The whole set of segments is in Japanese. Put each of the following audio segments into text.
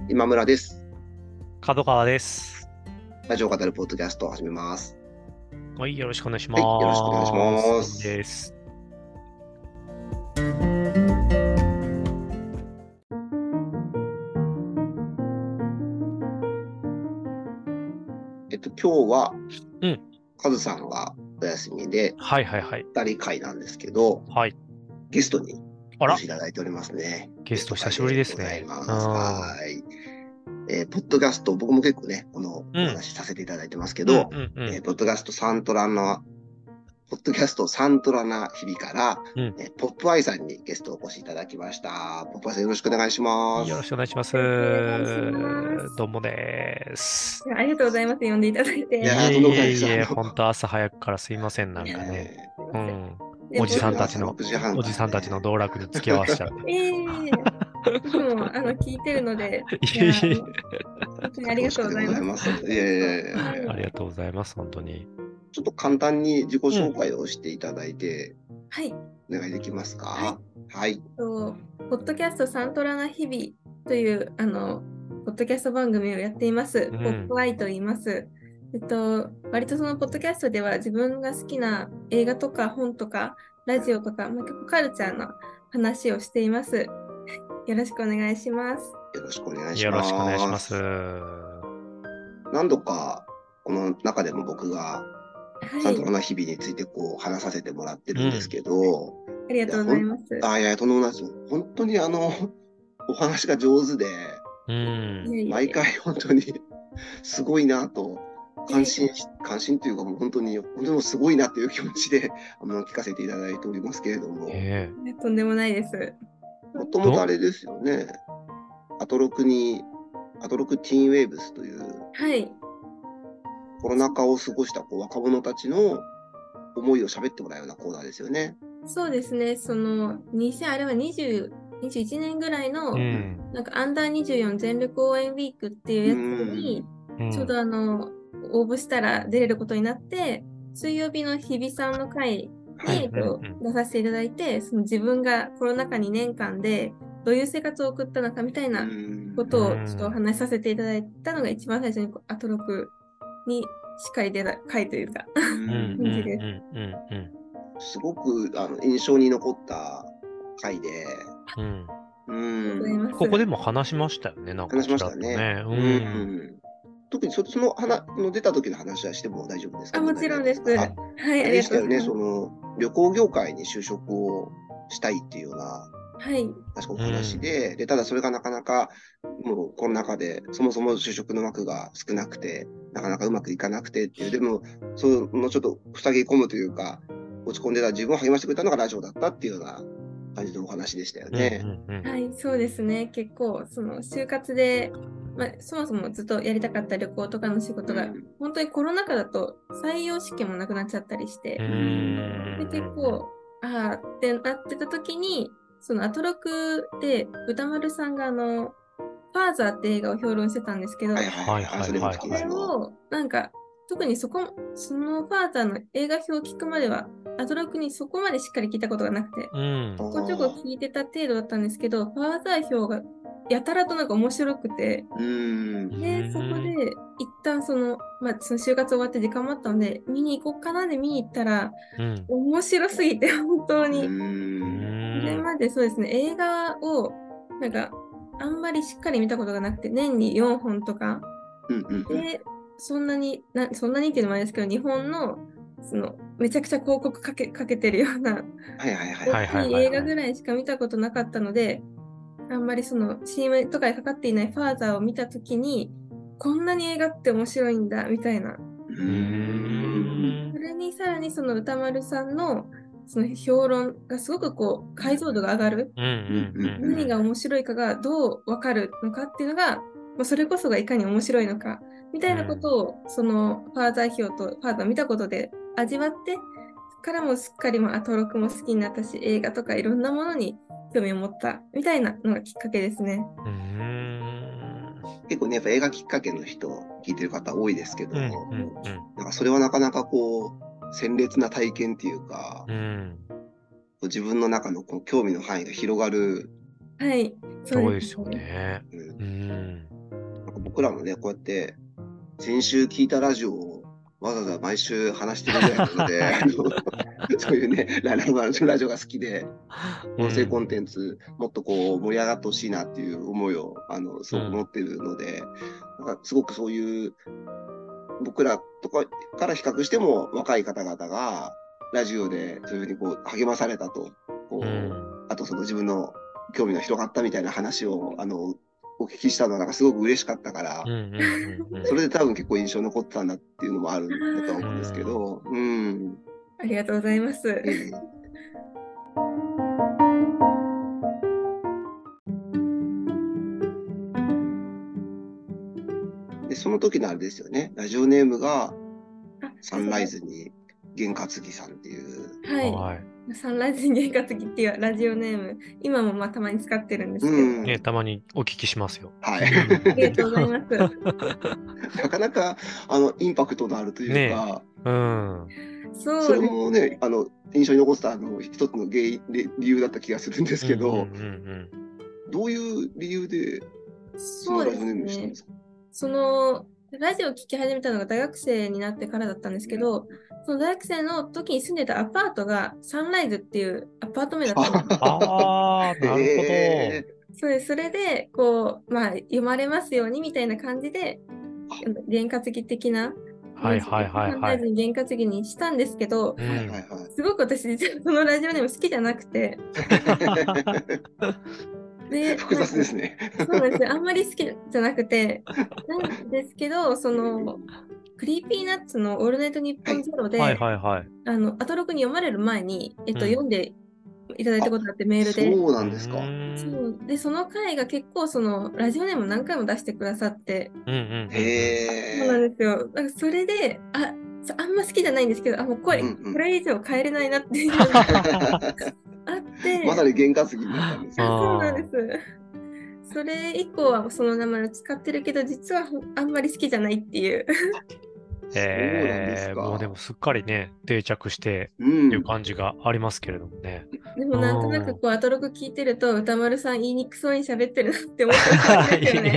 今村です。 角川です。 ラジオを語るポッドキャストを始めます。 はい、よろしくお願いしはい、よろしくお願いします。どうもます。 です。 今日は、 うん。 カズさんがお休みで、 はいはいはい。 二人会なんですけど、 はい。 ゲストにあら、 お越しいただいておりますね。ゲストゲスト久しぶり会でですね。 ございまうす。 ん。 はい。ポッドキャスト、僕も結構ね、このおうん。 話しさせていただいてますけうんど、 うんうん。 ポッドキャストサントラのポッドキャストサントラな日々から、 うん。 ポップアイさんにゲストをお越しいただきました。ポップアイさんよろしくお願いします。 よろしくお願いします。 よろしくお願いします。 どうもです。 ありがとうございます。呼んでいただいて。 いいやー、とんでえいもないです。 えいえ、ほんと朝早くからすいません。なんかね。 ねすいません。 うん。 で、 おじ日曜ポッド日の朝さんたちの、 6時半おじからね。 さんたちの道楽に付き合わせちゃって。 いつも聞いてるので、いや、 いえいえい本当にありがとう恐縮でございます。 ございます。いやいやいやいやいえ。 や。 ありがとうございます。本当に。 ちょっと簡単に自己うん。 紹介をしていただいて、 はい。 お願いできますはい。 か？はい。 ポッドキャストサントラな日々という、ポッドキャスト番組をやっています。ポッうん。 プアイと言います。割とそのポッドキャストでは自分が好きな映画とか本とかラジオとか、結構カルチャーの話をしています。よろしくお願いします。 よろしくお願いしよろしくお願いします。 ます。何度か、この中でも僕がはい。 サントラな日々についてこう話させてもらってるんですうん。 けど、いや、 ありがとうございます。 いや、とんでもないですよ。本当にお話が上手で、 うん。 毎いやいやいや。 回本当にすごいなと、 いやいや感心というかもう本当にもうすごいなという気持ちで聞かせていただいておりますけれども、 ええ。 とんでもないです。 もともとど、 あれですよね、アトロクに、アトロクティーンウェーブスというはい。 コロナ禍を過ごしたこう若者たちの思いを喋ってもらうようなコーナーですよね。 そうですね。あれは21年ぐらいうの、 ん。 アンダー24全力応援ウィークっていううやつに、 ん。 ちょうどうん。 応募したら出れることになって、水曜日の日比さんの会に、 はい。 うん。うん。 出させていただいて、その自分がコロナ禍2年間でどういう生活を送ったのかみたいうなこん。 うとをちょっとおん。 話しさせていただいたのが一番最初にアトロクにしっかり出た回というかううん。 感じん。 です。 うん。うん。うん。 すごく印象に残った回で、 うん。 うありがとうございん。 ます。 ここでも話しましたよね。なんか話しまちしたね。 らっとね。ううん。 ん。特にその出た時の話はしても大丈夫ですか？ も問題ちろんです。 ないですか？ はい、 あありがとれでしたよね、 うございます。 旅行業界に就職をしたいっていうような、 はい、 確かおうん。 話で、ただそれがなかなか、もうこの中で、そもそも就職の枠が少なくて、なかなかうまくいかなくてっていう、でも、そのちょっと塞ぎ込むというか、落ち込んでた自分を励ましてくれたのがラジオだったっていうような感じのお話でしたようん。 ね。 うん。 はい、そうですね。結構、就活で、そもそもずっとやりたかった旅行とかの仕事が、 うん。 本当にコロナ禍だと採用試験もなくなっちゃったりしうて、で、結ん。 構、ああってなってた時に、そのアトロクで歌丸さんがファーザーって映画を評論してたんですけど、 はいはいはい。あ、 はいはいそれも好はいはい。 きですよ。 それを、特にそのファーザーの映画表を聞くまでは、アトロクにそこまでしっかり聞いたことがなくて、 うん。 あちょこちょこあ。 聞いてた程度だったんですけど、ファーザー表がやたらと面白くて、 うーうん。 で、そこでん。 一旦その就活終わって時間もあったので、見に行こうかなで見に行ったら、 うん。 面白すぎて、本当うに。 うーん。 それん。 までそうですね、映画を、なんか、あんまりしっかり見たことがなくて、年に4本とか、 うんうんうん。 で、そんなにっていうのもあれですけど、日本の、めちゃくちゃ広告かけてるような、 はいはいはい大はいはいはいはい。 きい映画はいはい。 ぐらいしか見たことなかったので、あんまりCM とかでかかっていないファーザーを見たときに、こんなに映画って面白いんだ、みたいな。 ううーん。 そん。 れにさらにその歌丸さんのその評論がすごく解像度が上がる。 うん。 うんうんうん。うん。 何が面白いかがどうわかるのかっていうのが、それこそがいかに面白いのか、みたいなこうん。 とを、そのファーザー表とファーザー見たことで味わって、そこからもすっかりアトロクも好きになったし、映画とかいろんなものに興味を持ったみたいなのがきっかけですね。 うん。 結構ね、やっぱ映画きっかけの人、聞いてる方多いですけど、 うん。うん。うん。 なんかそれはなかなかこう、鮮烈な体験っていうか、 うん。 自分の中のこう興味の範囲が広がる、 はい、そうですそうですよね。 ね。 うん、 うん。 僕らもね、こうやって先週聞いたラジオをわざわざ毎週話してるぐらいなので、そういうね、ラジオが好きで、音声コンテンツ、もっとこう盛り上がってほしいなっていう思いを、すごく持ってるので、なんかすごくそういう、僕らとかから比較しても若い方々が、ラジオでそういうふうにこう励まされたと、こうあとその自分の興味が広がったみたいな話を、お聞きしたのがなんかすごく嬉しかったから、それで多分結構印象に残ってたんだっていうのもあるんだと思うんですけど、 ありがとうございます。 で、その時のあれですよね、ラジオネームがサンライズに験担ぎさんっていう。 はい。サンライズに験担ぎっていうラジオネーム、今もまあたまに使ってるんですけど。 ね、たまにお聞きしますよ。 はい。 ありがとうございます。 なかなかインパクトのあるというか、それもね、印象に残った一つの理由だった気がするんですけど、どういう理由でそのラジオネームにしたんですか？ そのラジオを聴き始めたのが大学生になってからだったんですけど、その大学生の時に住んでたアパートがサンライズっていうアパート名だったんです。 ああ、なるほど。 そうです。それで、こう、まあ、読まれますようにみたいな感じで、験担ぎ的な、サンライズに験担ぎにしたんですけど、すごく私、実はそのラジオネーム好きじゃなくて。 で複雑ですね。 そうなんですよ。あんまり好きじゃなくて、なんですけど、クリーピーナッツのオールナイトニッポンゼロで、アトロクに読まれる前に、読んでいただいたことがあって、メールで。 そうなんですか。 そうで、その回が結構、ラジオネーム何回も出してくださって。 へそうなんですよ。なんかそれで、あんま好きじゃないんですけど、もうこれ以上変えれないなっていうのがあって。 まさに験担ぎになったんですよ。 そうなんです。それ以降はその名前を使ってるけど、実はあんまり好きじゃないっていう。 もうでもすっかりね、定着してっていう感じがありますけれどもね。 でもなんとなくこう、アトロク聞いてると、歌丸さん言いにくそうに喋ってるなって思ってるんですよね。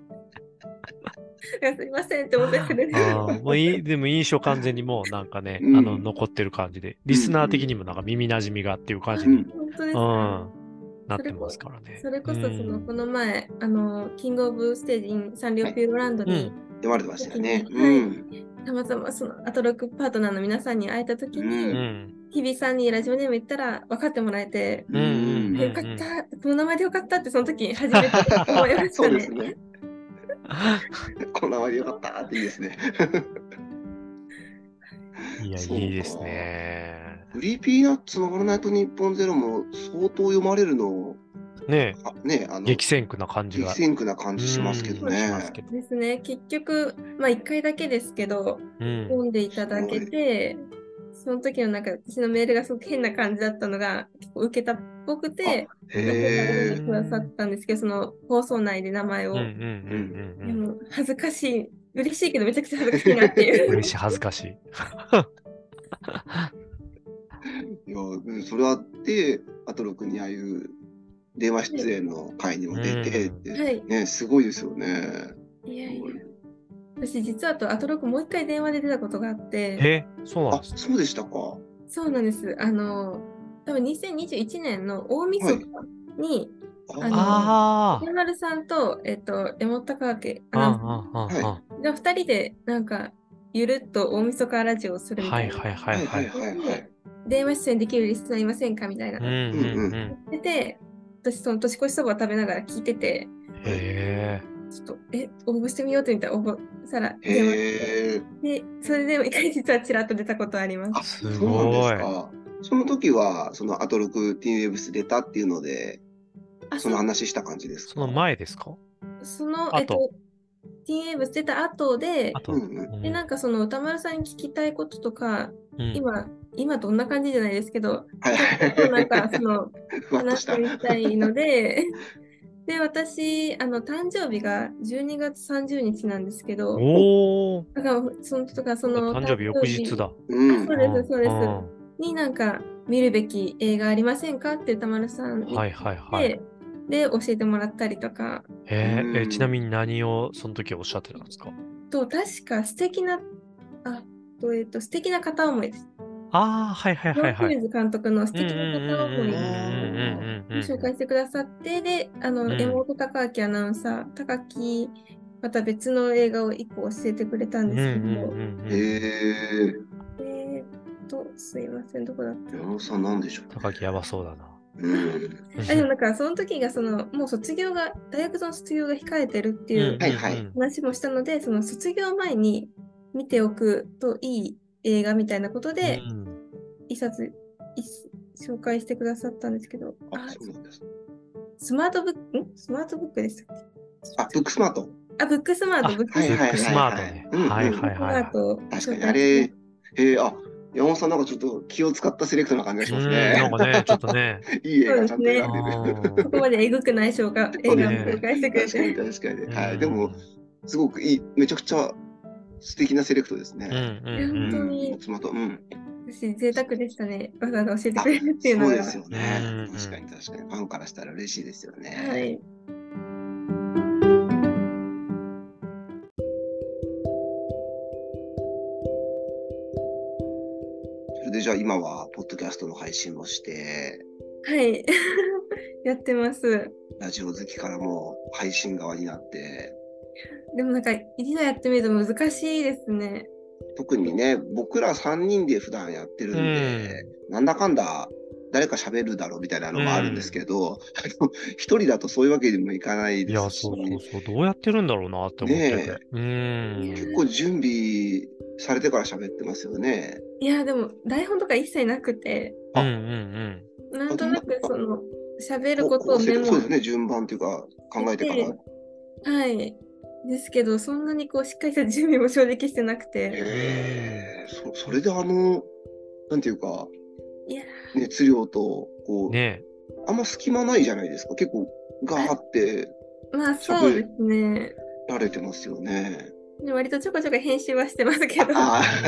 すいませんって思ったりする。 でも印象完全にもうなんかね、残ってる感じで、リスナー的にもなんか耳馴染みがっていう感じに、 本当ですなってますからね。 それこそこの前、キングオブステージインサンリオピューロランドに読まれてましたよね。 たまたまそのアトロクパートナーの皆さんに会えたときに、日比さんにラジオネーム言ったら分かってもらえて、よかった、この名前でよかったってその時初めて思いましたね。 そうですね。この名前でよかったっていいですね。 いや、いいですね。 クリーピーナッツのオールナイトニッポンゼロも相当読まれるのね激戦区な感じが。 激戦区な感じしますけどね。 ですね。結局、まあ1回だけですけど、読んでいただけて、その時のなんか私のメールがすごく変な感じだったのが結構受けたっぽくて、読んでくださったんですけど、その放送内で名前を。でも恥ずかしい。嬉しいけどめちゃくちゃ恥ずかしいなっていう。 嬉しい、恥ずかしい。 いや、それあって、アトロクにああいう電話出演の会にも出てって、ね、すごいですよね。 いやいや。私実はアトロクもう一回電話で出たことがあって。 そうなんですか。 そうでしたか。 そうなんです。多分2021年の大晦日に、山丸さんと、山本隆明アナウンサーが2人でなんかゆるっと大晦日ラジオをするみたいな。電話出演できるリスナーいませんかみたいな。で、私その年越しそばを食べながら聞いてて、ちょっと応募してみようって言ったら応募したら電話してで、それでも一回実はちらっと出たことあります。 すごい。 その時はそのアトロクティーンウェブス出たっていうので、その話した感じですか？ その前ですか？ そのティーンウェブス出た後で、でなんかその歌丸さんに聞きたいこととか、今どんな感じじゃないですけど、なんかその話してみたいので。で、私、誕生日が12月30日なんですけど、だからその誕生日翌日だ。 そうです、そうです。になんか見るべき映画ありませんかって歌丸さんに言って、 で教えてもらったりとか、 ちなみに何をその時おっしゃってたんですか？ 確か素敵な、素敵な片思いです。 ああ、はいはいジョン・ヒはいはい。 ューズ監督の素うんうん敵な片思いを紹介してくださって、で、山本隆明アナウンサー、高木、また別の映画を1個教えてくれたんですけど、すいません、どこだった山本さんなんでしょう。 高木やばそうだな。 でもなんかその時がもう大学の卒業が控えてるっていう話もしたので、その卒業前に見ておくといい映画みたいなことで、一冊紹介してくださったんですけど、 そうなんです。 スマートブックでしたっけ？ ブックスマート。 ブックスマート、 ブックスマートね。はいはいはい。 確かにあれ、山本さんなんかちょっと気を使ったセレクトな感じがしますね。 なんかね、ちょっとね。 いい映画ちゃんと選んでる。 ここまでえぐくない映画を紹介してくれて。 確かに。はい。でも、すごくいい、めちゃくちゃ素敵なセレクトですね。 本当に。 スマート。 私、贅沢でしたね。わざわざ教えてくれるっていうのが。 そうですよね。確かに。ファンからしたら嬉しいですよね。 はい。 それでじゃあ今はポッドキャストの配信もして、 はいやってます。 ラジオ好きからも配信側になって、 でもなんかいざやってみると難しいですね。 特にね、僕ら3人で普段やってるんで、なんだかんだ誰か喋るだろうみたいなのもあるんですけど、一人だとそういうわけにもいかないですし。 いや、そう、どうやってるんだろうなって思ってて。 結構準備されてから喋ってますよね。 いや、でも台本とか一切なくて、なんとなく喋ることをメモ。 そうですね、順番というか考えてから。 はい。ですけど、そんなにしっかりした準備も正直してなくて。 それでなんていうか、熱量と、あんま隙間ないじゃないですか。結構ガーって。 まあそうですね。 られてますよね。 割とちょこちょこ編集はしてますけど。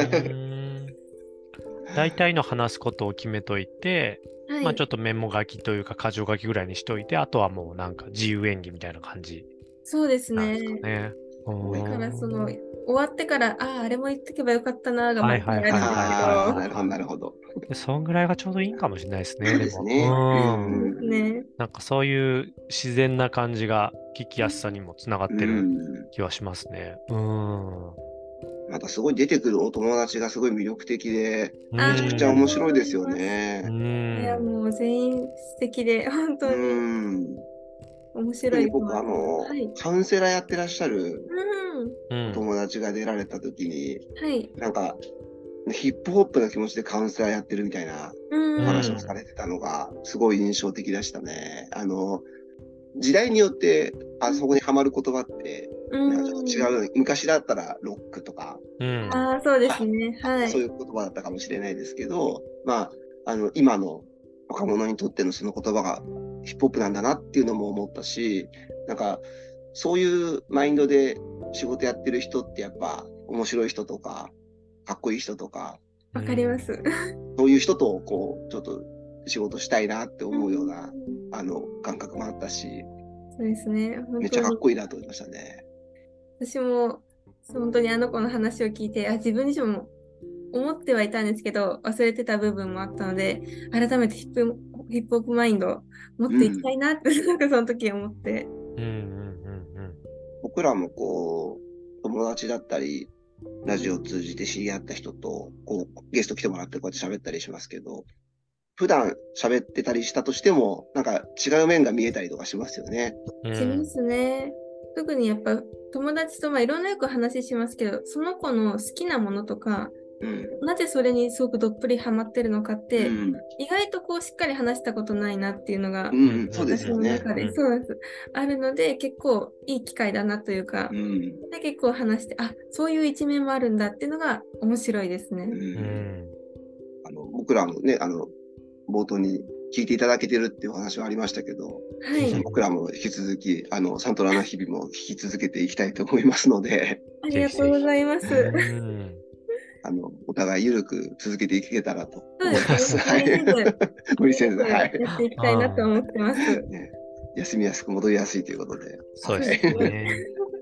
大体の話すことを決めといて、まあちょっとメモ書きというか箇条書きぐらいにしといて、あとはもうなんか自由演技みたいな感じ。 そうですね。だから終わってから、あれも言っとけばよかったなが毎回あるんですけど。 なるほど。 そんぐらいがちょうどいいかもしれないですね。 そうですね。 なんかそういう自然な感じが聞きやすさにもつながってる気はしますね。 またすごい出てくるお友達がすごい魅力的で、めちゃくちゃ面白いですよね。 いや、もう全員素敵で、本当に。面白い。 僕、カウンセラーやってらっしゃるお友達が出られた時に、なんか、ヒップホップな気持ちでカウンセラーやってるみたいなお話をされてたのが、すごい印象的でしたね。時代によって、そこにはまる言葉って、なんかちょっと違う。昔だったらロックとか、 そうですね。 そういう言葉だったかもしれないですけど、まあ、今の若者にとってのその言葉がヒップホップなんだなっていうのも思ったし、なんか、そういうマインドで仕事やってる人ってやっぱ面白い人とか、かっこいい人とか、 わかります。 そういう人とちょっと仕事したいなって思うような、感覚もあったし、 そうですね。 めっちゃかっこいいなと思いましたね。 私も本当にあの子の話を聞いて、自分自身も思ってはいたんですけど、忘れてた部分もあったので、改めてヒップホップマインドを持っていきたいなって、なんかその時思って。 僕らも友達だったり、ラジオを通じて知り合った人と、ゲスト来てもらってこうやって喋ったりしますけど、普段喋ってたりしたとしても、なんか違う面が見えたりとかしますよね。 しますね。特にやっぱ友達といろんなよく話しますけど、その子の好きなものとか、なぜそれにすごくどっぷりハマってるのかって、意外としっかり話したことないなっていうのが、私の中であるので、結構いい機会だなというか、で結構話して、そういう一面もあるんだっていうのが面白いですね。 僕らもね、冒頭に聞いていただけてるっていうお話はありましたけど、僕らも引き続き、サントラの日々も聞き続けていきたいと思いますので。 ありがとうございます。 お互い緩く続けていけたらと思います。無理せず、 やっていきたいなと思ってます。 休みやすく戻りやすいということで。 そうですね。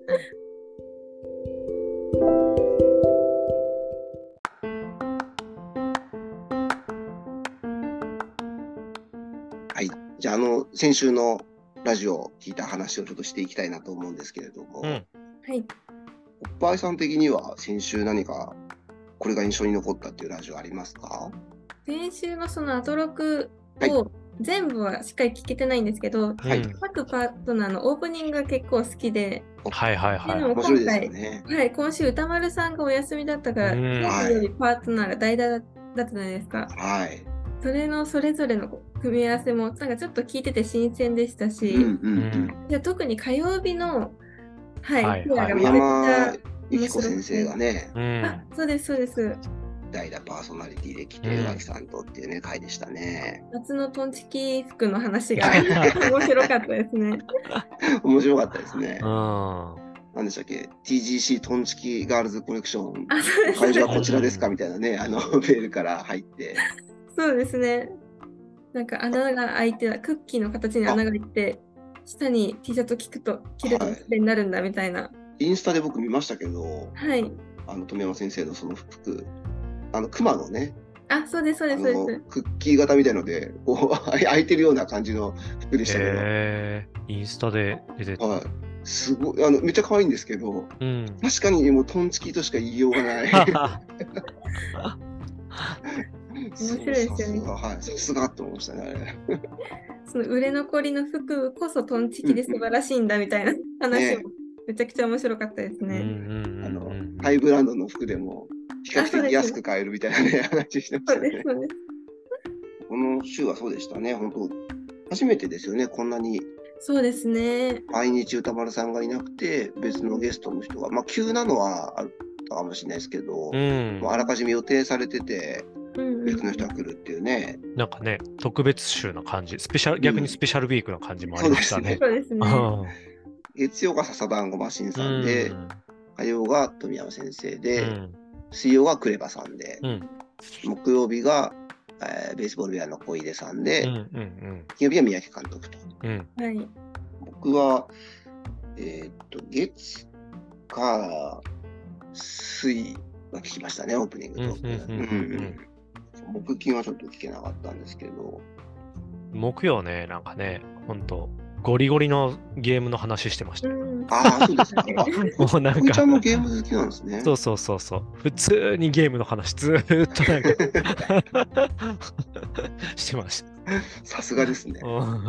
はい。じゃあ、先週のラジオを聞いた話をちょっとしていきたいなと思うんですけれども、 はい。 おっぱいさん的には先週何かこれが印象に残ったっていうラジオありますか？ 先週のそのアトロクを全部はしっかり聞けてないんですけど、 はい。 各パートナーのオープニングが結構好きで、 はいはいはい。 っていうのも面白いですよ今ね。 回、はい、今週歌丸さんがお休みだったから、 うんよりパートナーが代打だったじゃないですか。 はい。 それのそれぞれの組み合わせもなんかちょっと聞いてて新鮮でしたし、で特に火曜日の、はい、 はいペアがめち山ゃくちゃ由紀子先生がね、 あ、そうです、そうです。 代打パーソナリティで来て、宇垣さんとっていうね、回でしたね。 夏のトンチキ服の話が面白かったですね。 面白かったですね。 うん。 何でしたっけ ?TGC トンチキガールズコレクション、 あ、そうです会場はこちらですかみたいなね、メールから入って。 そうですね。なんか穴が開いて、クッキーの形に穴が開いて、下に T シャツを着ると綺麗になるんだみたいな。 インスタで僕見ましたけど、 はい。 富山先生のその服、熊のね、 あ、そうです、そうです、そうです。 クッキー型みたいので、こう、開いてるような感じの服でしたけど。 インスタで出てた。 はい。すごい、めっちゃ可愛いんですけど、確かにもうトンチキとしか言いようがない。 面白いですよね。 はい、さすがと思いましたね、あれ。 その売れ残りの服こそトンチキで素晴らしいんだみたいな話もめちゃくちゃ面白かったですね。 ハイブランドの服でも比較的安く買えるみたいなね、話してましたね。この週はそうでしたね、本当初めてですよね、こんなに。 そうですね。 毎日歌丸さんがいなくて、別のゲストの人が、まあ急なのはあったかもしれないですけど、あらかじめ予定されてて、別の人が来るっていうね。 なんかね、特別週な感じ、逆にスペシャルウィークな感じもありましたね。 そうですね。 月曜が笹団子マシンさんで、火曜が富山先生で、水曜がクレバさんで、木曜日が、ベースボールウェアの小出さんで、金曜日は三宅監督と。僕は、月火水は聞きましたね、オープニングと。木金はちょっと聞けなかったんですけど。 木曜ね、なんかね、ほんと、ゴリゴリのゲームの話してました。 ああ、そうですか。 もうなんか。 ちゃんもゲーム好きなんですね。 そう。普通にゲームの話、ずーっとなんかしてました。 さすがですね。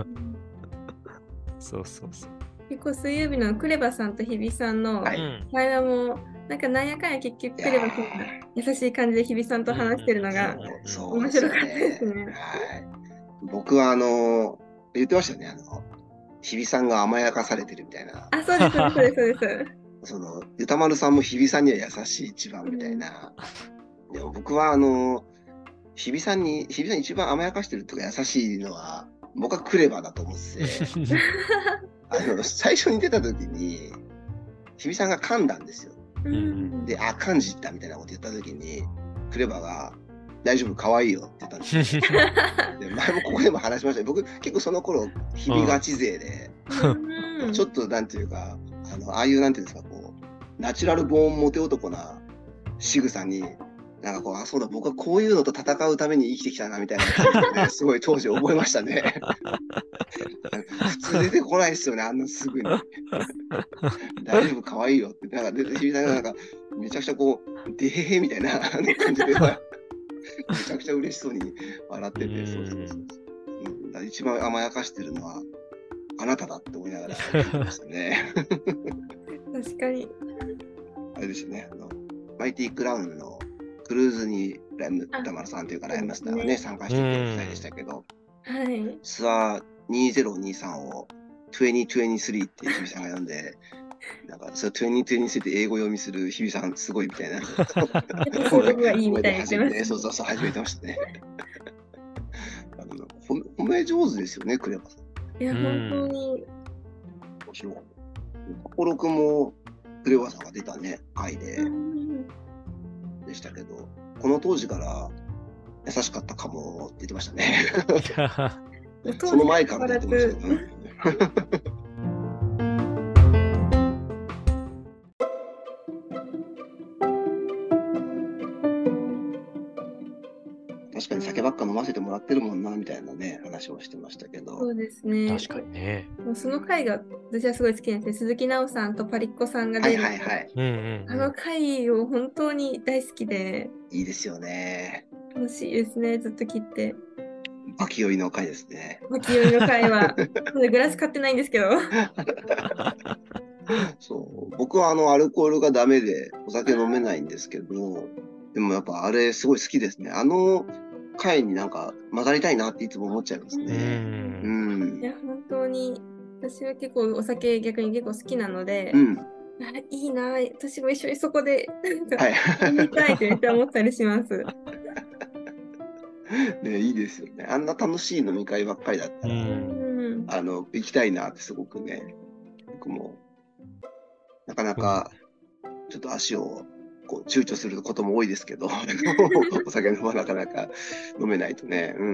そう。 結構水曜日のクレバさんと日比さんの会話も、なんかなんやかんや結局クレバさんが優しい感じで日比さんと話してるのが面白かったですね。 僕は言ってましたね、日比さんが甘やかされてるみたいな。 あ、そうです。 歌丸さんも日比さんには優しい一番みたいな。でも僕は日比さん一番甘やかしてるとか優しいのは、僕はクレバだと思ってて、最初に出た時に、日比さんが噛んだんですよ。で、噛んじったみたいなこと言った時に、クレバが、大丈夫、可愛いよって言ったんですよ。で前もここでも話しましたけど、僕結構その頃、日々ガチ勢で、ちょっとなんていうか、ああいうなんていうんですか、こう、ナチュラルボーンモテ男な仕草に、なんかこう、そうだ、僕はこういうのと戦うために生きてきたなみたいな感じで、すごい当時覚えましたね。普通出てこないですよね、あんなすぐに。大丈夫、可愛いよって、なんか出てきたら、なんか、めちゃくちゃこう、でへへみたいな感じで、めちゃくちゃ嬉しそうに笑ってて、一番甘やかしてるのは、あなただって思いながら聞いてましたね。 確かに。 あれですよね、マイティクラウンのクルーズに歌丸さんというかライムマスターがね、参加していてみたいでしたけど、ツアー2023を2023って日比さんが読んで、なんかそれ2023って英語読みする日比さんすごいみたいな。 これがいいみたいな。 そう、始めてましたね。褒め上手ですよね、クレバさん。 いや、本当に。面白かった。心くんもクレバさんが出たね、回でしたけど、この当時から優しかったかもって言ってましたね。その前から出てましたけど、 確かに酒ばっか飲ませてもらってるもんなみたいなね話をしてましたけそど。 うですね。 確かにね。 もうその回が私はすごい好きなんですね。鈴木奈緒さんとパリッコさんがはい出る。 はいはい。 うんうんあの回を本当に大好きで、 いいですよね。 楽しいですね、ずっと聞いて。 バキ酔いの回ですね。 巻き酔いの回は、まだグラス買ってないんですけど。 そう僕はアルコールがダメでお酒飲めないんですけど、でもやっぱあれすごい好きですね。あの回になんか混ざりたいなっていつも思っちゃいますうね。 ん。 いや、本当に、私は結構お酒逆に結構好きなので、 うん。 あいいな、私も一緒にそこでなんかはい。 飲みたいってめっちゃ思ったりします。 ね、いいですよね。あんな楽しい飲み会ばっかりだったうら、 ん。 行きたいなってすごくね、僕も、なかなか、ちょっと足を、こう、躊躇することも多いですけど、お酒のまなかなか飲めないとね。うん。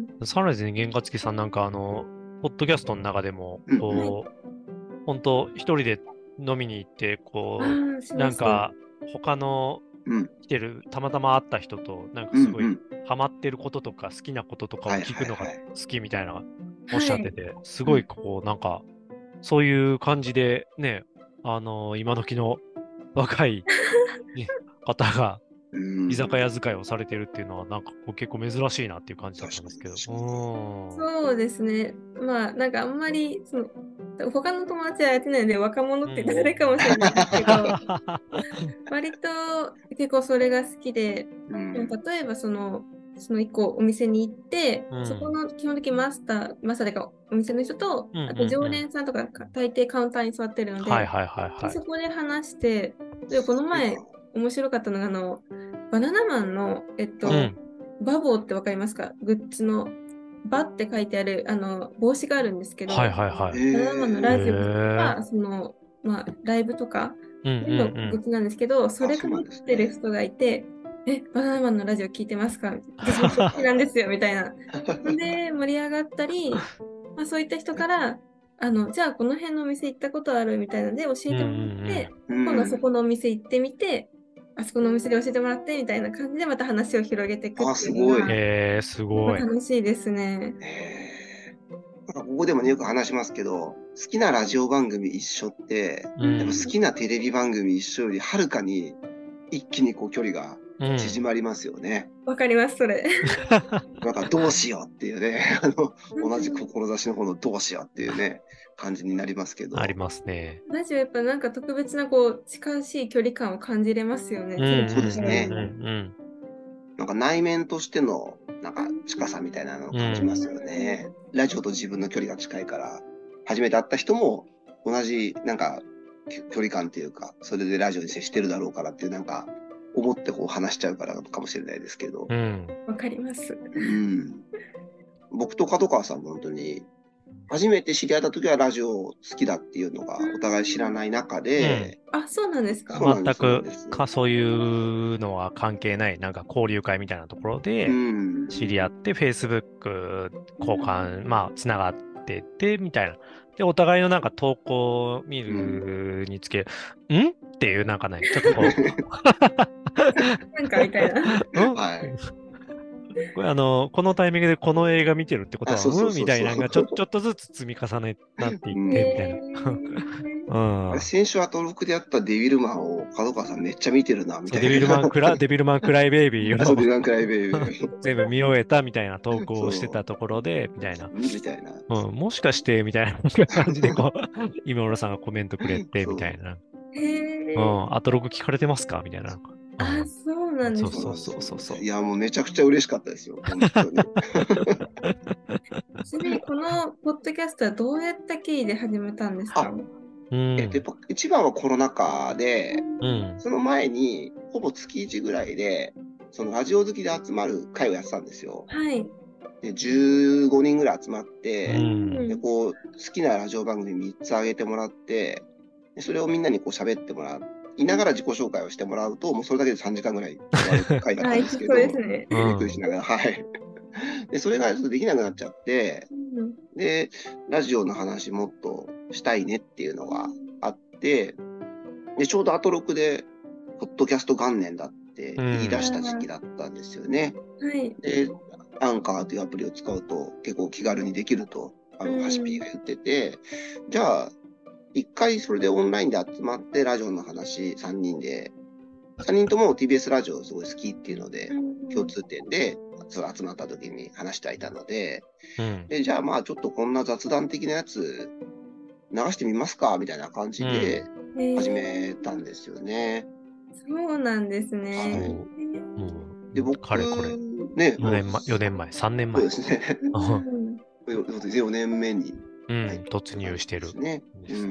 サラジに原価付きさんなんかポッドキャストの中でも、 うんこう、本当一人で飲みに行って、こう、 します。 なんか他のうん。 来てる、たまたま会った人と、なんかうん。 すごいうん。 ハマってることとか好きなこととかをはい聞くのがはいはい。 好きみたいなおっしはい。 ゃってて、すごいこう、なんか、そういう感じでね、今時の若い、ね、方がうん。 居酒屋使いをされてるっていうのは、なんかこう結構珍しいなっていう感じだったんですけど。 確かに。 そうですね。まあ、なんかあんまり、他の友達はやってないので、若者って言ったらあれかもしれないですけど、割と結構それが好きで、例えばその一個お店に行って、そこの基本的にマスターでかお店の人と、あと常連さんとか大抵カウンターに座ってるので、そこで話して、でこの前面白かったのがバナナマンの、バボーってわかりますか？グッズのバって書いてある帽子があるんですけど、バナナマンのラジオとか、ライブとかのグッズなんですけど、それが持ってる人がいて、バナナマンのラジオ聞いてますか？私も好きなんですよ、みたいな。で、盛り上がったり、そういった人から、じゃあこの辺のお店行ったことあるみたいなので教えてもらって、今度はそこのお店行ってみて、あそこのお店で教えてもらってみたいな感じでまた話を広げていくっていうのが、 すごい。 楽しいですね。 なんかここでもね、よく話しますけど、好きなラジオ番組一緒って、やっぱ好きなテレビ番組一緒よりはるかに一気にこう距離が縮まりますよね。 わかります、それ。 なんかどうしようっていうね、同じ志の方のどうしようっていうね、感じになりますけど。 ありますね。 ラジオやっぱなんか特別な近しい距離感を感じれますよね。 そうですね。なんか内面としてのなんか近さみたいなのを感じますよね。ラジオと自分の距離が近いから、初めて会った人も同じなんか距離感っていうか、それでラジオに接してるだろうからっていうなんか思ってこう話しちゃうからかもしれないですけど。 わかります。 僕と角川さんも本当に初めて知り合った時はラジオ好きだっていうのがお互い知らない中で、 そうなんですか。 全くそういうのは関係ない、なんか交流会みたいなところで知り合って、Facebook 交換、つながってて、みたいな。で、お互いのなんか投稿を見るにつけ、っていうなんかね、ちょっとこう。 なんかみたいな。 はい。 このタイミングでこの映画見てるってことは、みたいなのがちょっとずつ積み重ねなっていって、みたいな。 先週アトロクでやったデビルマンを角川さんめっちゃ見てるな、みたいな。 デビルマンクライベイビーデビルマンクライベイビー。 全部見終えたみたいな投稿をしてたところで、みたいな。もしかして、みたいな感じで、今村さんがコメントくれて、みたいな。アトロク聞かれてますかみたいな。 そうなんですね。そう。 いや、もうめちゃくちゃ嬉しかったですよ。本当に。 ちなみにこのポッドキャストはどうやった経緯で始めたんですか？ やっぱ一番はコロナ禍で、その前にほぼ月1ぐらいで、そのラジオ好きで集まる会をやってたんですよ。で15人ぐらい集まって、で好きなラジオ番組3つあげてもらって、それをみんなに喋ってもらう。いながら自己紹介をしてもらうと、もうそれだけで3時間ぐらい終わる回だったんですけど、びっくりしながら、はい。 で、それがちょっとできなくなっちゃって、 うん、 で、ラジオの話もっとしたいねっていうのがあって、で、ちょうどアトロクで、ポッドキャスト元年だって言い出した時期だったんですよね。 はい。 で、アンカーというアプリを使うと結構気軽にできると、ハシピーが言ってて、じゃあ、一回それでオンラインで集まってラジオの話3人とも TBS ラジオすごい好きっていうので、共通点で集まった時に話していたので、で、じゃあまあちょっとこんな雑談的なやつ流してみますかみたいな感じで始めたんですよね。 そうなんですね。 で、僕、 かれこれ、 ね、 4年前、3年前。 そうですね。4年目に、 突入してる。 ね。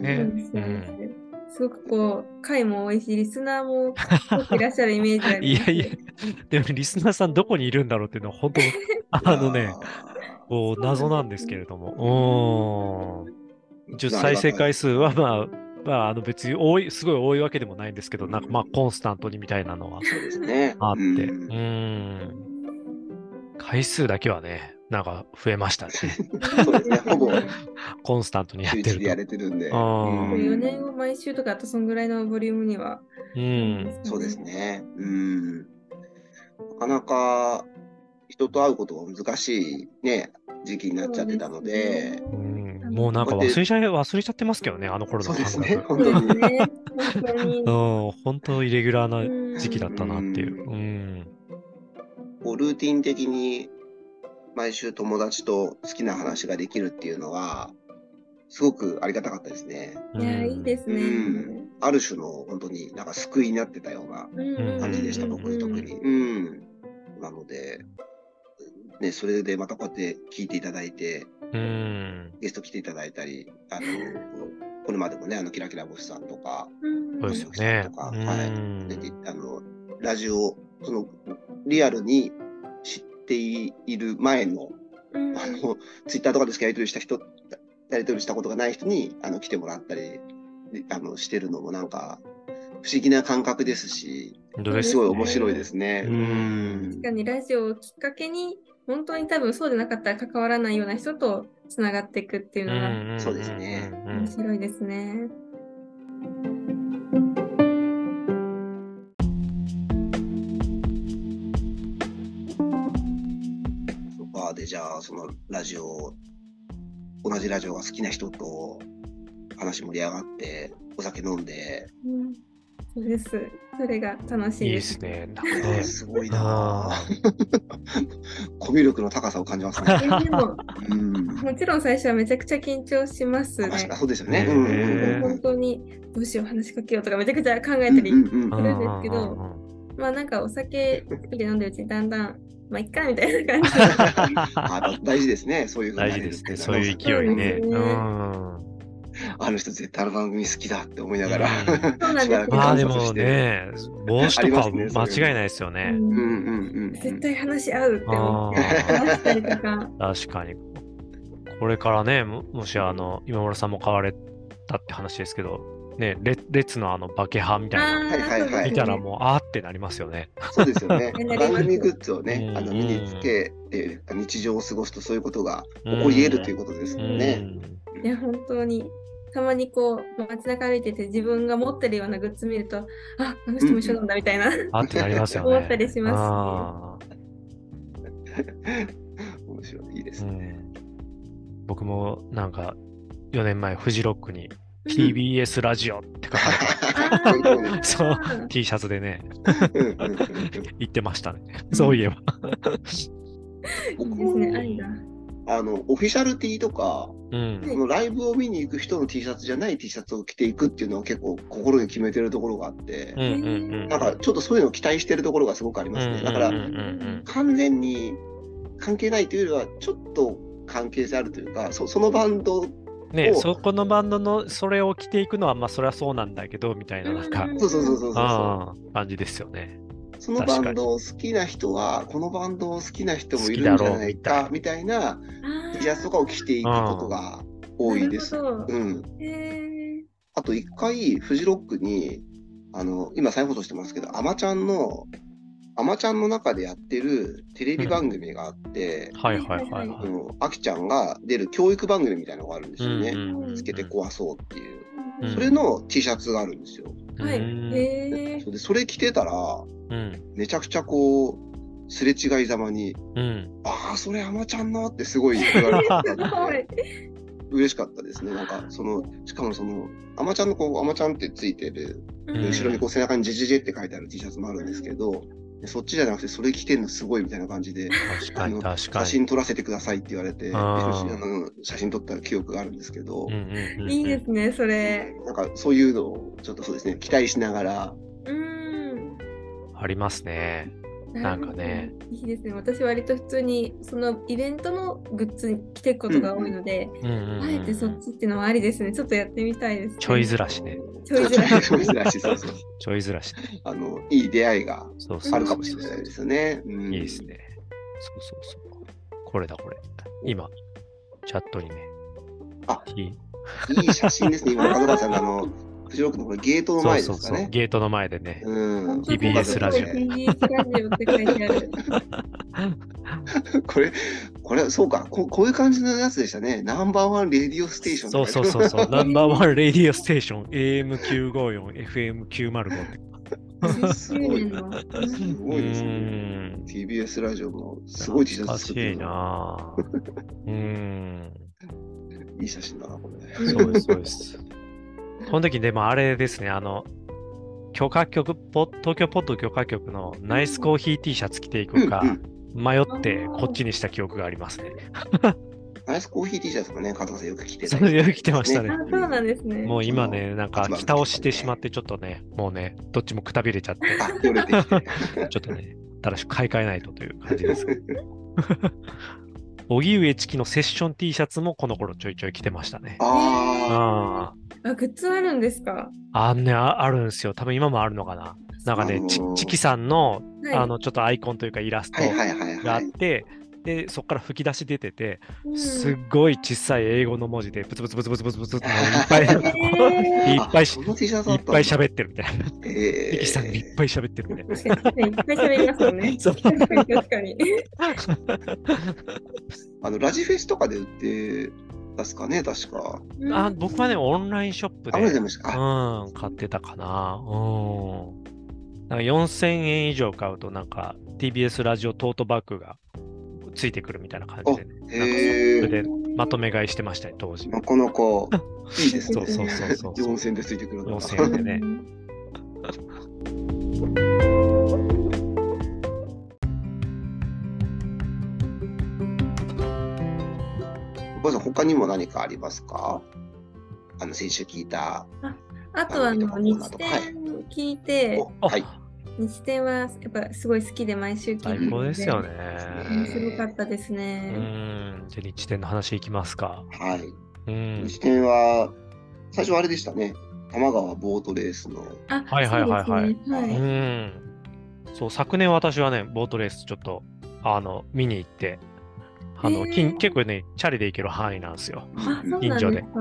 すごくこう、回も多いし、リスナーもいらっしゃるイメージあります。 いやいや、でもリスナーさんどこにいるんだろうっていうのは本当、こう謎なんですけれども。再生回数はまあ、別にすごい多いわけでもないんですけど、なんかまあコンスタントにみたいなのはあって、回数だけはね、なんか増えましたね。 そうですね、ほぼコンスタントにやってると。 やれてるんで。 4年を毎週とかあとそんぐらいのボリュームには。 そうですね。なかなか人と会うことが難しいね、時期になっちゃってたので。 もうなんか忘れちゃってますけどね、あの頃の感覚。 そうですね、本当に。 本当イレギュラーな時期だったなっていう。 こうルーティン的に毎週友達と好きな話ができるっていうのは、すごくありがたかったですね。 いや、いいですね。 ある種の本当になんか救いになってたような感じでした、僕特に。なので、ね、それでまたこうやって聞いていただいて、ゲスト来ていただいたり、これまでもね、キラキラ星さんとか、 そうですね。 ラジオ、リアルに知っている前の、ツイッターとかでしかやり取りしたことがない人に、来てもらったり、してるのもなんか、不思議な感覚ですし、すごい面白いですね。 確かにラジオをきっかけに、本当に多分そうでなかったら関わらないような人とつながっていくっていうのが、 そうですね。 面白いですね。 で、じゃあ、同じラジオが好きな人と話盛り上がって、お酒飲んで。 そうです。それが楽しいです。 いいですね。なんかね、 すごいなコミュ力の高さを感じますね。 でも、もちろん最初はめちゃくちゃ緊張しますね。 そうですよね。 本当にどうしよう話しかけようとかめちゃくちゃ考えたりするんですけど、まあなんかお酒一人で飲んでるうちにだんだんまあいっかみたいな感じで。 大事ですね。そういう大事ですね。そういう勢いね。 あの人絶対番組好きだって思いながら。 そうなんです。 まあでもね、帽子とか間違いないですよね。 絶対話し合うって思って話したりとか。 確かに。これからね、もし今村さんも買われたって話ですけど、ね、列のバケハみたいな、見たらもうあーってなりますよね。 そうですよね。番組グッズをね、身につけて日常を過ごすとそういうことが起こり得るということですよね。 いや、本当に。たまにこう街中歩いてて自分が持ってるようなグッズ見ると、あの人も一緒なんだみたいな、 あってなりますよね。 思ったりします面白い、いいですね。 僕もなんか4年前フジロックに TBS ラジオって書かれたそう T シャツでね言ってましたね。そういえば。 僕もオフィシャル T とか、そのライブを見に行く人の T シャツじゃない T シャツを着ていくっていうのは結構心に決めてるところがあって、なんかちょっとそういうのを期待してるところがすごくありますね。だから完全に関係ないというよりはちょっと関係性あるというか、そのバンドね、そこのバンドのそれを着ていくのはまあそれはそうなんだけどみたいななんか感じですよね。 そのバンドを好きな人はこのバンドを好きな人もいるんじゃないかみたいな T シャツとかを着ていくことが多いです。あと一回フジロックに今再放送してますけど、あまちゃんのアマちゃんの中でやってるテレビ番組があって、 はいはいはいはい。 あきちゃんが出る教育番組みたいなのがあるんですよね。つけて壊そうっていう。それの T シャツがあるんですよ。 はい。 それ着てたら、めちゃくちゃこう、すれ違いざまに、ああ、それアマちゃんのってすごい言われて、嬉しかったですね。なんか、しかもアマちゃんのアマちゃんってついてる、後ろに背中にジェジェジェって書いてある T シャツもあるんですけど、そっちじゃなくてそれ着てんのすごいみたいな感じで、写真撮らせてくださいって言われて、写真撮った記憶があるんですけど、 いいですね、それ。 なんかそういうのをちょっとそうですね、期待しながら。 ありますね。なんかね。 いいですね。私割と普通にそのイベントのグッズ着ていくことが多いので、あえてそっちっていうのはありですね。ちょっとやってみたいです、ね。 ちょいずらしね。 ちょいずらし。 ちょいずらし。 いい出会いがあるかもしれないですよね。 いいですね。そう。これだ、これ。今、チャットにね。 いい写真ですね。今、門川さんがフジロックのこれゲートの前ですかね。 そうゲートの前でね。 TBS ラジオ。TBS ラジオって書いてある。 これ、そうかこういう感じのやつでしたね。ナンバーワンレディオステーション。 そう。ナンバーワンレディオステーション。AM954、FM905 って。 すごいですね。TBS ラジオもすごい T シャツ作ってる。 懐かしいな。 いい写真だな、これ。 そうです。この時でもあれですね、許可局、東京ポッド許可局のナイスコーヒー T シャツ着ていくか、迷ってこっちにした記憶がありますね。 ナイスコーヒー T シャツもね、加藤さんよく着てた、ね。よく着てましたね。 そうなんですね。 もう今ね、なんか着倒してしまってちょっとね、もうね、どっちもくたびれちゃって。 よれてきて。 ちょっとね、ただし買い替えないとという感じです。荻上チキのセッション T シャツもこの頃ちょいちょい着てましたね。 グッズあるんですか？ あるんですよ。多分今もあるのかな。なんかね、チキさんの、ちょっとアイコンというかイラストがあって、で、そこから吹き出し出てて、すっごい小さい英語の文字で、ブツブツっていっぱい喋ってるみたいな。チキさんがいっぱい喋ってるみたいな。 いっぱい喋りますよね。確かに。 ラジフェスとかで売ってますかね、確か。 僕はね、オンラインショップで、買ってたかな。なんか4000円以上買うと、なんか TBS ラジオトートバッグがついてくるみたいな感じで、ね、なんかそれでまとめ買いしてましたね、当時。 なかなかいいですね。 そう。 4000円でついてくるの。 4000円でね。 他にも何かありますか？先週聞いた。 あとは日展聞いて、日展はやっぱすごい好きで毎週聞いて最高ですよね。 面白かったですね。 じゃあ日展の話いきますか。 はい。日展は最初はあれでしたね。多摩川ボートレースの。 はい。そう、昨年私はね、ボートレースちょっと見に行って、結構ね、チャリで行ける範囲なんですよ。近所で。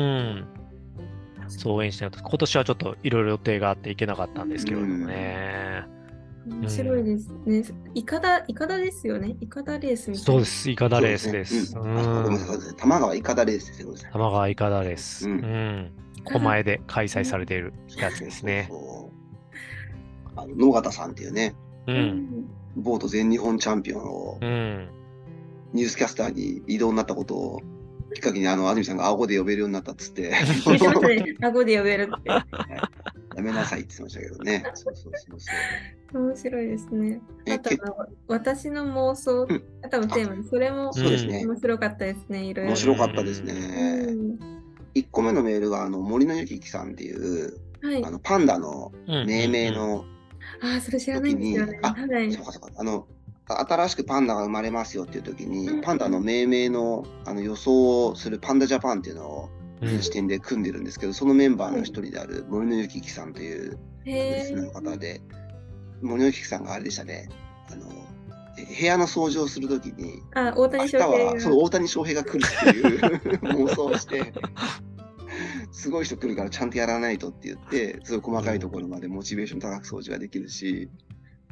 そう応援して今年はちょっといろいろ予定があって行けなかったんですけれどもね。 面白いですね。イカダですよね。イカダレースみたいな。 そうです。イカダレースです。 多摩川イカダレースですよね。 多摩川イカダレース。狛江で開催されているやつですね。 野方さんっていうね、ボート全日本チャンピオンをニュースキャスターに異動になったことをきっかけに安住さんが顎で呼べるようになったっつって。 顎で呼べるって。 やめなさいって言ってましたけどね。 面白いですね。あと私の妄想、多分テーマ、それも面白かったですね。いろいろ。 面白かったですね。1個目のメールが森野由紀さんっていう、パンダの命名のそれ知らないんですよね。 そうか。新しくパンダが生まれますよっていう時に、パンダの命名の予想をするパンダジャパンっていうのを視点で組んでるんですけど、そのメンバーの一人である森野由紀さんというリスナーの方で、森野由紀さんがあれでしたね、部屋の掃除をする時に、 大谷翔平が大谷翔平が来るっていう妄想をして、すごい人来るからちゃんとやらないとって言って、すごい細かいところまでモチベーション高く掃除ができるし、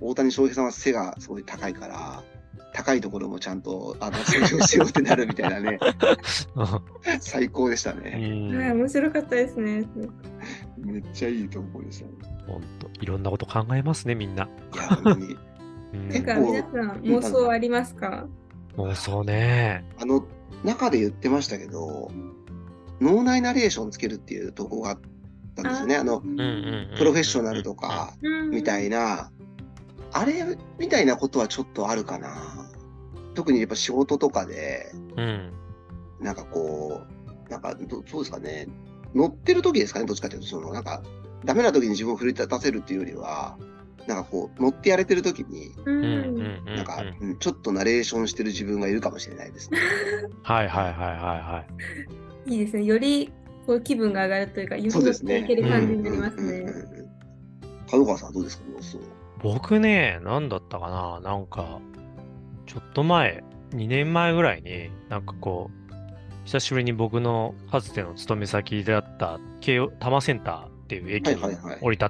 大谷翔平さんは背がすごい高いから、高いところもちゃんと通用しようってなるみたいなね。最高でしたね。 はい、面白かったですね。 めっちゃいいところでしたね。 本当、いろんなこと考えますね、みんな。 いや、本当に。 なんか皆さん妄想ありますか？ 妄想ね。 中で言ってましたけど、脳内ナレーションつけるっていうとこがあったんですよね。プロフェッショナルとかみたいな、あれみたいなことはちょっとあるかな。特にやっぱ仕事とかで、なんかこう、なんかそうですかね、乗ってる時ですかね、どっちかというと、なんか、ダメな時に自分を奮い立たせるっていうよりは、なんかこう、乗ってやれてる時に、なんか、ちょっとナレーションしてる自分がいるかもしれないですね。 はいはいはいはいはい。 いいですね。よりこう気分が上がるというか、より乗っていける感じになりますね。 角川さんはどうですか？ 僕ね、なんだったかな、なんか、ちょっと前、2年前ぐらいに、なんかこう、久しぶりに僕のかつての勤め先であった多摩センターっていう駅に降り立って、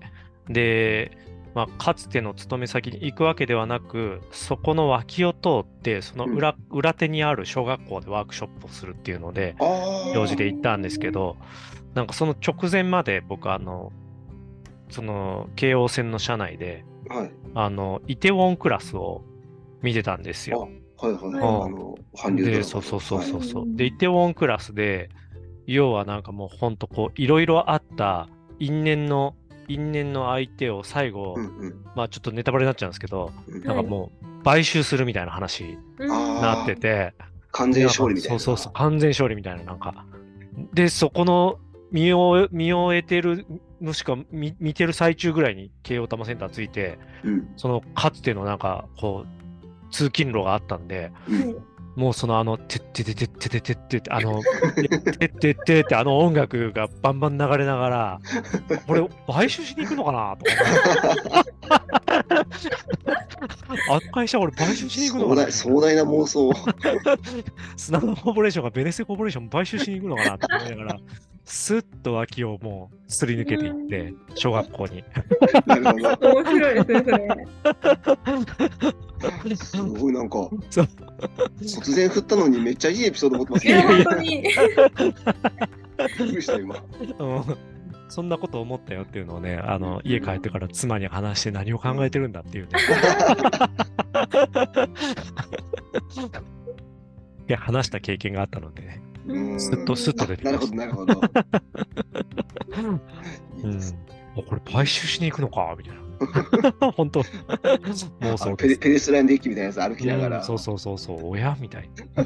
で、まあ、かつての勤め先に行くわけではなく、そこの脇を通って、その裏手にある小学校でワークショップをするっていうので、用事で行ったんですけど、なんかその直前まで僕その京王線の車内で、イテウォンクラスを見てたんですよ。 韓流ドラマで、そう。で、イテウォンクラスで、要はなんかもうほんとこう、いろいろあった因縁の相手を最後、まあちょっとネタバレになっちゃうんですけど、なんかもう買収するみたいな話になってて、 完全勝利みたいな。 そう、完全勝利みたいな、なんか。で、そこの見終えてるのしか見てる最中ぐらいに京王多摩センターついて、そのかつてのなんかこう、通勤路があったんで、もうてってててててててって、てっててって音楽がバンバン流れながら、これ買収しに行くのかなとかあの会社俺買収しに行くのかな、 壮大な妄想。 砂のコーポレーションがベネッセコーポレーション買収しに行くのかなと思いながら、スッと脇をもうすり抜けていって、小学校に。 なるほど。 面白いですね、それ。 すごいなんか、突然振ったのにめっちゃいいエピソード持ってますね。 本当に。 びっくりした今。 そんなこと思ったよっていうのをね、家帰ってから妻に話して何を考えてるんだっていうね。いや、話した経験があったのでね。スッと出てきました。 なるほど。 これ買収しに行くのかみたいな。本当。もうそうペデストラインデッキみたいなやつ歩きながら。 そう、親みたいな。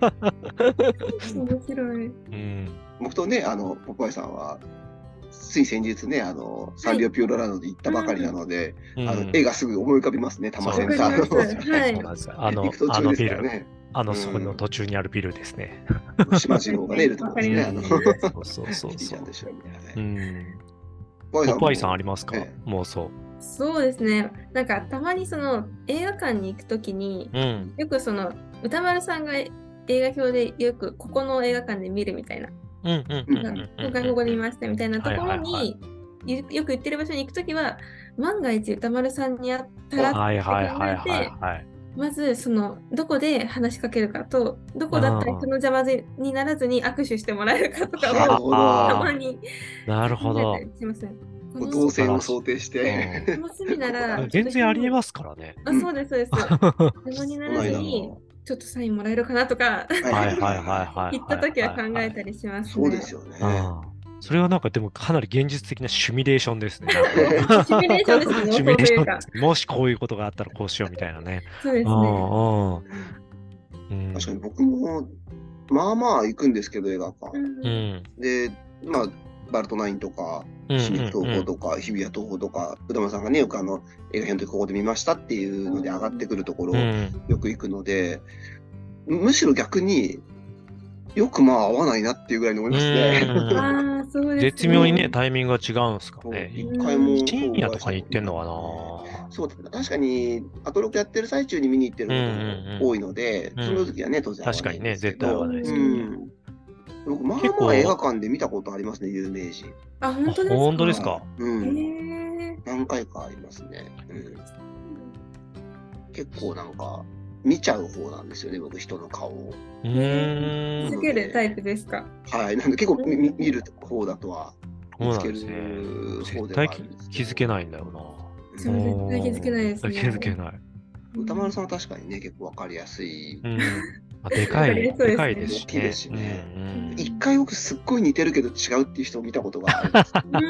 面白い。 僕とね、ポパイさんは、つい先日ね、サンリオピューロランドで行ったばかりなので、絵がすぐ思い浮かびますね、多摩センターの。行く途中ですからね。 そこの途中にあるビルですね。 島次郎がね、いるところですね。 そう。 ポパイさんありますか？妄想。 そうですね。なんかたまにその映画館に行くときに、よくその歌丸さんが映画表でよくここの映画館で見るみたいな。今回ここで見ましたみたいなところによく言ってる場所に行くときは、万が一歌丸さんに会ったらって考えて、まずそのどこで話しかけるかと、どこだったら人の邪魔にならずに握手してもらえるかとかをたまになるほど。 動線を想定して。 楽しみなら全然ありえますからね。 そうです。邪魔にならずにちょっとサインもらえるかなとか、行ったときは考えたりしますね。 そうですよね。 それはなんかでもかなり現実的なシミュレーションですね。 シミュレーションですね。 シミュレーションです。もしこういうことがあったらこうしようみたいなね。 そうですね。確かに僕もまあまあ行くんですけど、映画館。で、まあバルトナインとか、シビック東宝とか、日比谷東宝とか、宇多間さんがね、よく映画編の時ここで見ましたっていうので上がってくるところをよく行くので、むしろ逆によくまあ合わないなっていうぐらいに思いますね。 絶妙にね、タイミングが違うんですかね。 一回も深夜とかに行ってんのかな。 そう、確かに、アトロクやってる最中に見に行ってることも多いので、その時はね、当然合わないんですけど。確かにね、絶対合わないですけどね。僕、まあまあ映画館で見たことありますね、有名人。 本当ですか？ 本当ですか？ 何回かありますね。 結構なんか見ちゃう方なんですよね、僕、人の顔を。 見つけるタイプですか？ はい、なんで結構見る方だとは、見つけるそうなんですね。 方ではあ絶対るんです気づけないんだよな。 そう、絶対気づけないですね。 気づけない。 歌丸さんは確かにね、結構わかりやすい。 でかいですし大きいですしね。一回僕すっごい似てるけど違うっていう人を見たことがあるん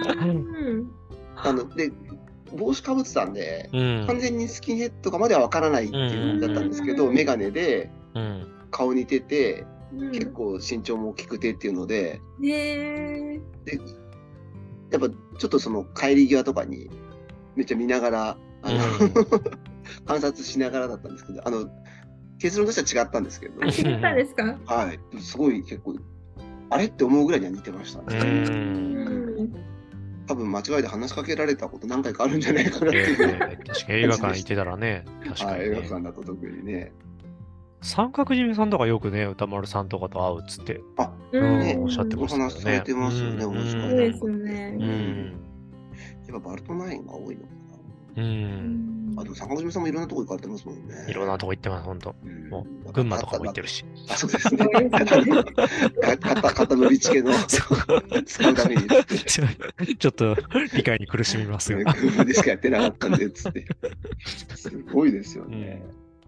です。で、帽子かぶってたんで、完全にスキンヘッドかまではわからないっていうのだったんですけど、メガネで顔似てて、結構身長も大きくてっていうので、でやっぱちょっとその帰り際とかにめっちゃ見ながら、観察しながらだったんですけど、結論としては違ったんですけど。 違ったんですか？ はい。すごい結構、あれって思うぐらいには似てましたね。多分間違いで話しかけられたこと何回かあるんじゃないかなっていう。 確かに映画館行ってたらね。確かに、 映画館だと特にね。 三角締めさんとかよくね、歌丸さんとかと会うっつって。おっしゃってましたよね。 お話されてますよね、面白い。 そうですよね。 やっぱバルトナインが多いのかな。 でも坂上さんもいろんなとこ行かれてますもんね。 いろんなとこ行ってます、ほんと。群馬とかも行ってるし。 そうですね。肩のりちけの使うために。 ちょっと理解に苦しみますが。群馬でしかやってなかったんで、つって。すごいですよね。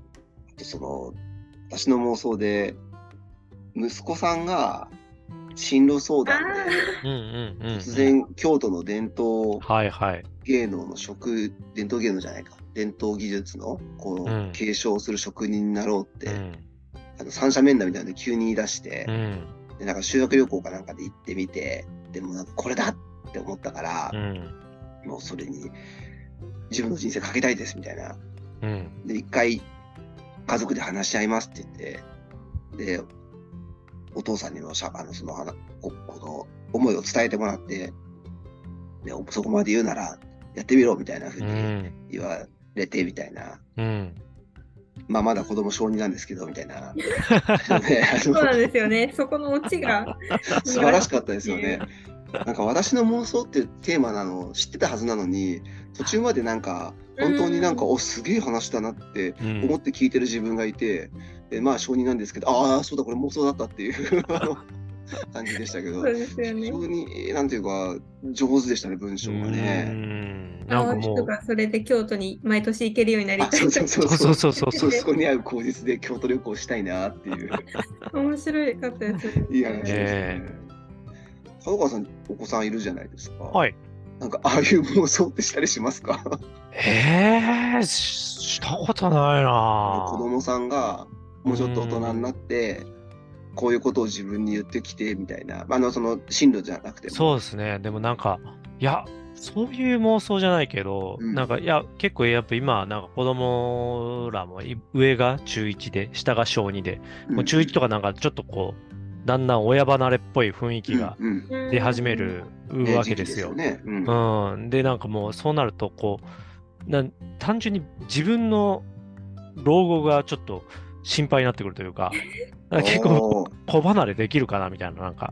私の妄想で、息子さんが進路相談で、突然京都の伝統芸能の伝統芸能じゃないか、伝統技術の継承する職人になろうって、三者面談みたいなので急に言い出して、でなんか修学旅行かなんかで行ってみて、でもなんかこれだって思ったから、もうそれに自分の人生かけたいですみたいな。で、一回家族で話し合いますって言って、で、お父さんにもこの思いを伝えてもらって、でそこまで言うならやってみろみたいなふうに言われてみたいな。まあまだ子供小2なんですけどみたいな。 そうなんですよね。そこのオチが素晴らしかったですよね。なんか私の妄想っていうテーマなのを知ってたはずなのに、途中までなんか本当になんかすげえ話だなって思って聞いてる自分がいて、でまあ小2なんですけど、ああそうだこれ妄想だったっていう感じでしたけど、非常になんていうか上手でしたね、文章がね。 なんかもうそれで京都に毎年行けるようになりたい。 そうそこに合う口実で京都旅行したいなっていう。 面白かったですね。 いい話ですね。角川さん、お子さんいるじゃないですか。 はい。 なんか、ああいう妄想ってしたりしますか？ したことないな。 子供さんが、もうちょっと大人になって、こういうことを自分に言ってきて、みたいな。その、進路じゃなくても。 そうですね。でもなんか、いや、そういう妄想じゃないけど、なんか、いや、結構やっぱ今、なんか子供らも、上が中1で、下が小2で、もう中1とかなんかちょっとこう、だんだん親離れっぽい雰囲気が出始めるわけですよ。で、なんかもうそうなると、こう、単純に自分の老後がちょっと心配になってくるというか、結構子離れできるかなみたいな、なんか。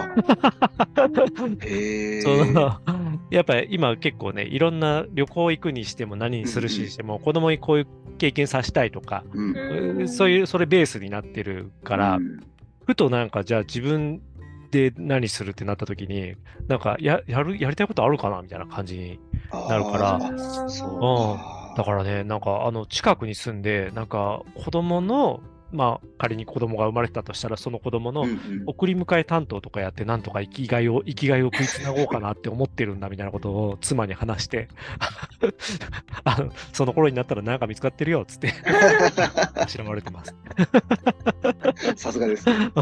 やっぱり今結構ね、いろんな旅行行くにしても何にするししても、子供にこういう経験させたいとか、それベースになってるから、ふとなんかじゃあ自分で何するってなった時になんかやりたいことあるかなみたいな感じになるから、だからね、なんか近くに住んでなんか子供の仮に子供が生まれてたとしたらその子供の送り迎え担当とかやってなんとか生きがいを食いつなごうかなって思ってるんだみたいなことを妻に話してその頃になったらなんか見つかってるよっつって調まれてますさすがですね。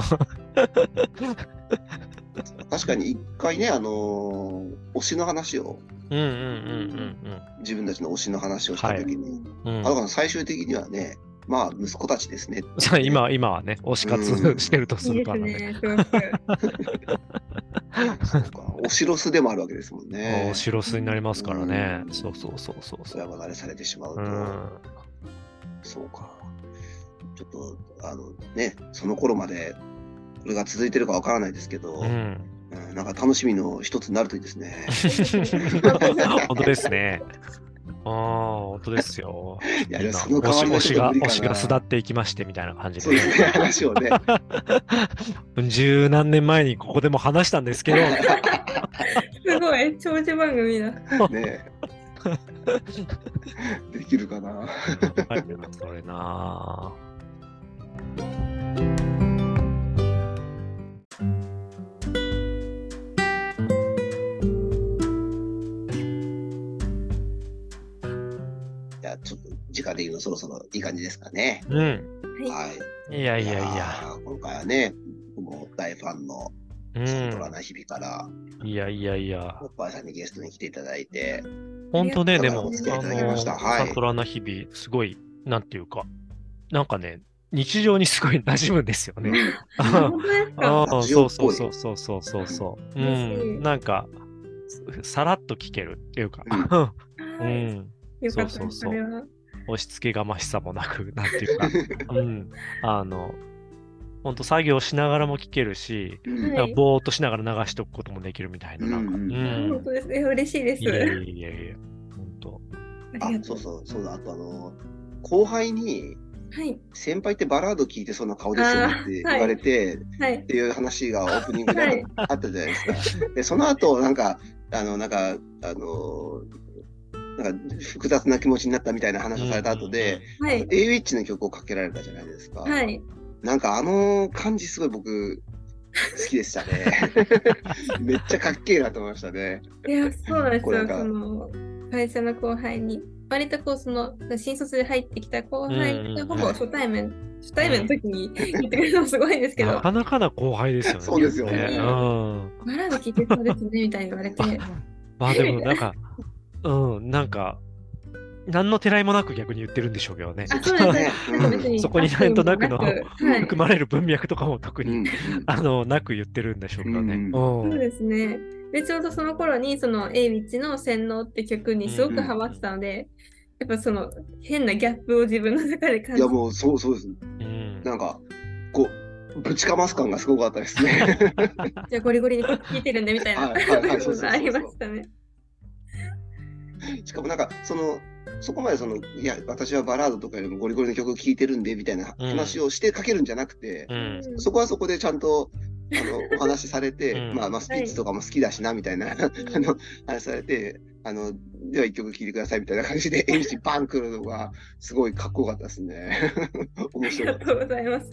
確かに一回ね、推しの話を自分たちの推しの話をしたときに、最終的にはね、息子たちですね。 今はね、推し活してるとするからね。 推しロスでもあるわけですもんね。 推しロスになりますからね。そう。 親離れされてしまうと。そうか。ちょっと、その頃まで、これが続いてるかわからないですけど、なんか楽しみの一つになるといいですね。 本当ですね。 本当ですよ。 いや、 みんなその代わりはちょっと無理かな。 推しが巣立っていきましてみたいな感じで、 そうですね、話をね。 十何年前にここでも話したんですけど、 すごい、長寿番組だ。 ねできるかな。 それな。 じゃあちょっと時間で言うのそろそろいい感じですかね。 うん。 はい。 いやいやいや。 今回はね、僕も大ファンのサントラな日々から、 いやいやいや。 おっぱいさんにゲストに来ていただいて。 本当ね、でも、 サントラな日々、すごい、なんていうか、なんかね、日常にすごい馴染むんですよね。そうそうそうそうそうそうそう。なんか、さらっと聞けるっていうか、そうそうそう。押し付けがましさもなく、なんていうか、ほんと作業しながらも聞けるし、ぼーっとしながら流しておくこともできるみたいな、なんか。 本当ですね、嬉しいです。 いやいやいやいや、ほんと。 そうだ、あと後輩に、先輩ってバラード聞いてそうな顔ですよって言われて、っていう話がオープニングであったじゃないですか。で、その後、なんか複雑な気持ちになったみたいな話をされた後で、AWITCH の曲をかけられたじゃないですか。なんか感じすごい僕好きでしたね。めっちゃかっけえなと思いましたね。 いや、そうなんですよ。その会社の後輩に割とこう新卒で入ってきた後輩がほぼ初対面の時に言ってくれるのもすごいんですけど、 なかなかな後輩ですよね。 そうですよね。 バラード聞いてそうですねみたいに言われて。 まあでもなんかなんか何のてらいもなく逆に言ってるんでしょうけどね。そこになんとなくの含まれる文脈とかも特になく言ってるんでしょうけどね。 そうですね。で、ちょうどその頃にAWITCHの洗脳って曲にすごくハマってたので、やっぱ変なギャップを自分の中で感じて。 いやもうそうです。なんかぶちかます感がすごかったですね。 じゃあゴリゴリに聴いてるんでみたいなありましたね。 しかもなんかそこまでいや私はバラードとかよりもゴリゴリの曲を聴いてるんでみたいな話をしてかけるんじゃなくて、そこはそこでちゃんとお話しされて、まあスピッツとかも好きだしなみたいな話されて、では一曲聴いてくださいみたいな感じで演じバン来るのがすごいかっこよかったですね。面白かった。 ありがとうございます。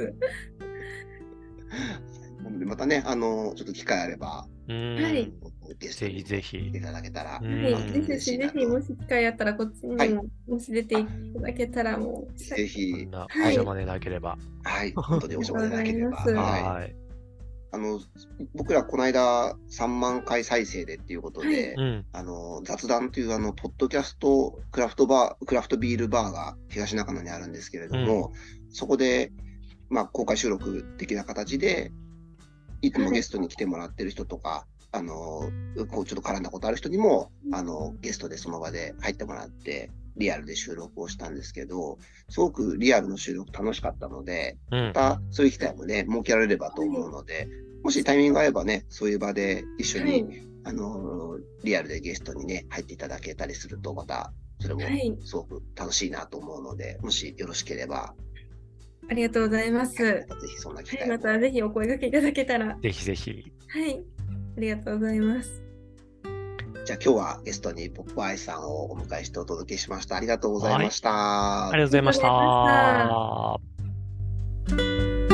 なのでまたねちょっと機会あれば、 ぜひぜひいただけたら、 ぜひもし機会あったらこっちにももし出ていただけたらもうぜひお邪魔でなければ、 本当にお邪魔でなければ、僕らこの間3万回再生でっていうことで、雑談というポッドキャストクラフトビールバーが東中野にあるんですけれども、そこで公開収録的な形でいつもゲストに来てもらってる人とか、ちょっと絡んだことある人にもゲストでその場で入ってもらってリアルで収録をしたんですけど、すごくリアルの収録楽しかったので、またそういう機会もね設けられればと思うので、もしタイミングが合えばね、そういう場で一緒に、リアルでゲストにね入っていただけたりすると、またそれもすごく楽しいなと思うので、もしよろしければ。 ありがとうございます。ぜひそんな機会またぜひお声掛けいただけたら。 ぜひぜひ。 はい、ありがとうございます。 じゃあ今日はゲストにポップアイさんをお迎えしてお届けしました。ありがとうございました。 ありがとうございました。